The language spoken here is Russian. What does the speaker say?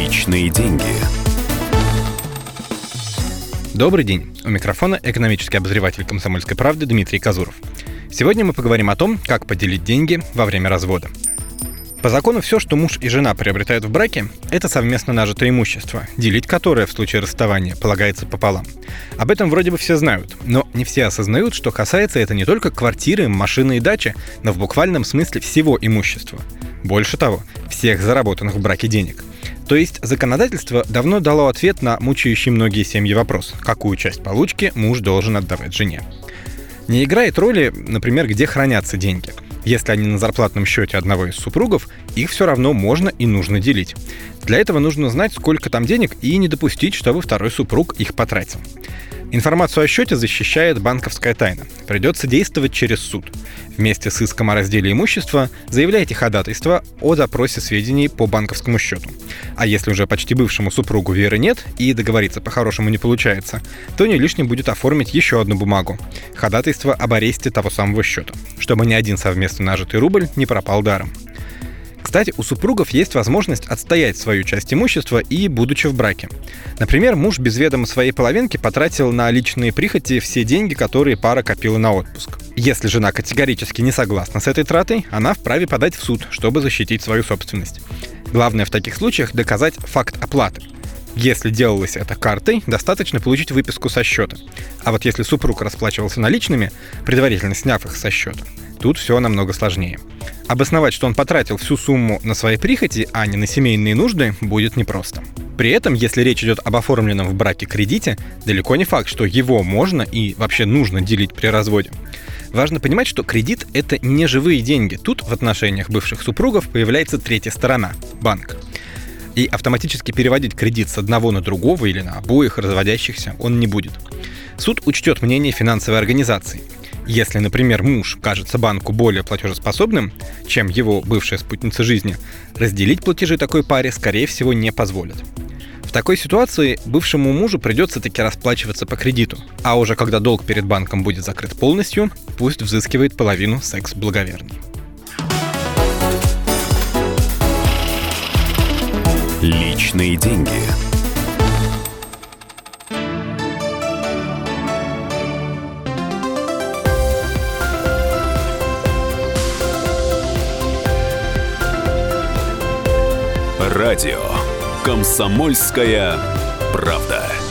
Личные деньги. Добрый день. У микрофона экономический обозреватель «Комсомольской правды» Дмитрий Казуров. Сегодня мы поговорим о том, как поделить деньги во время развода. По закону все, что муж и жена приобретают в браке, это совместно нажитое имущество, делить которое в случае расставания полагается пополам. Об этом вроде бы все знают, но не все осознают, что касается это не только квартиры, машины и дачи, но в буквальном смысле всего имущества. Больше того, всех заработанных в браке денег. То есть законодательство давно дало ответ на мучающий многие семьи вопрос, какую часть получки муж должен отдавать жене. Не играет роли, например, где хранятся деньги. Если они на зарплатном счете одного из супругов, их все равно можно и нужно делить. Для этого нужно знать, сколько там денег, и не допустить, чтобы второй супруг их потратил. Информацию о счете защищает банковская тайна. Придется действовать через суд. Вместе с иском о разделе имущества заявляйте ходатайство о запросе сведений по банковскому счету. А если уже почти бывшему супругу веры нет и договориться по-хорошему не получается, то не лишним будет оформить еще одну бумагу – ходатайство об аресте того самого счета, чтобы ни один совместно нажитый рубль не пропал даром. Кстати, у супругов есть возможность отстоять свою часть имущества и будучи в браке. Например, муж без ведома своей половинки потратил на личные прихоти все деньги, которые пара копила на отпуск. Если жена категорически не согласна с этой тратой, она вправе подать в суд, чтобы защитить свою собственность. Главное в таких случаях доказать факт оплаты. Если делалось это картой, достаточно получить выписку со счета. А вот если супруг расплачивался наличными, предварительно сняв их со счета, тут все намного сложнее. Обосновать, что он потратил всю сумму на свои прихоти, а не на семейные нужды, будет непросто. При этом, если речь идет об оформленном в браке кредите, далеко не факт, что его можно и вообще нужно делить при разводе. Важно понимать, что кредит – это не живые деньги. Тут в отношениях бывших супругов появляется третья сторона – банк. И автоматически переводить кредит с одного на другого или на обоих разводящихся он не будет. Суд учтет мнение финансовой организации. Если, например, муж кажется банку более платежеспособным, чем его бывшая спутница жизни, разделить платежи такой паре, скорее всего, не позволят. В такой ситуации бывшему мужу придется таки расплачиваться по кредиту, а уже когда долг перед банком будет закрыт полностью, пусть взыскивает половину секс-благоверный. Личные деньги. Радио «Комсомольская правда».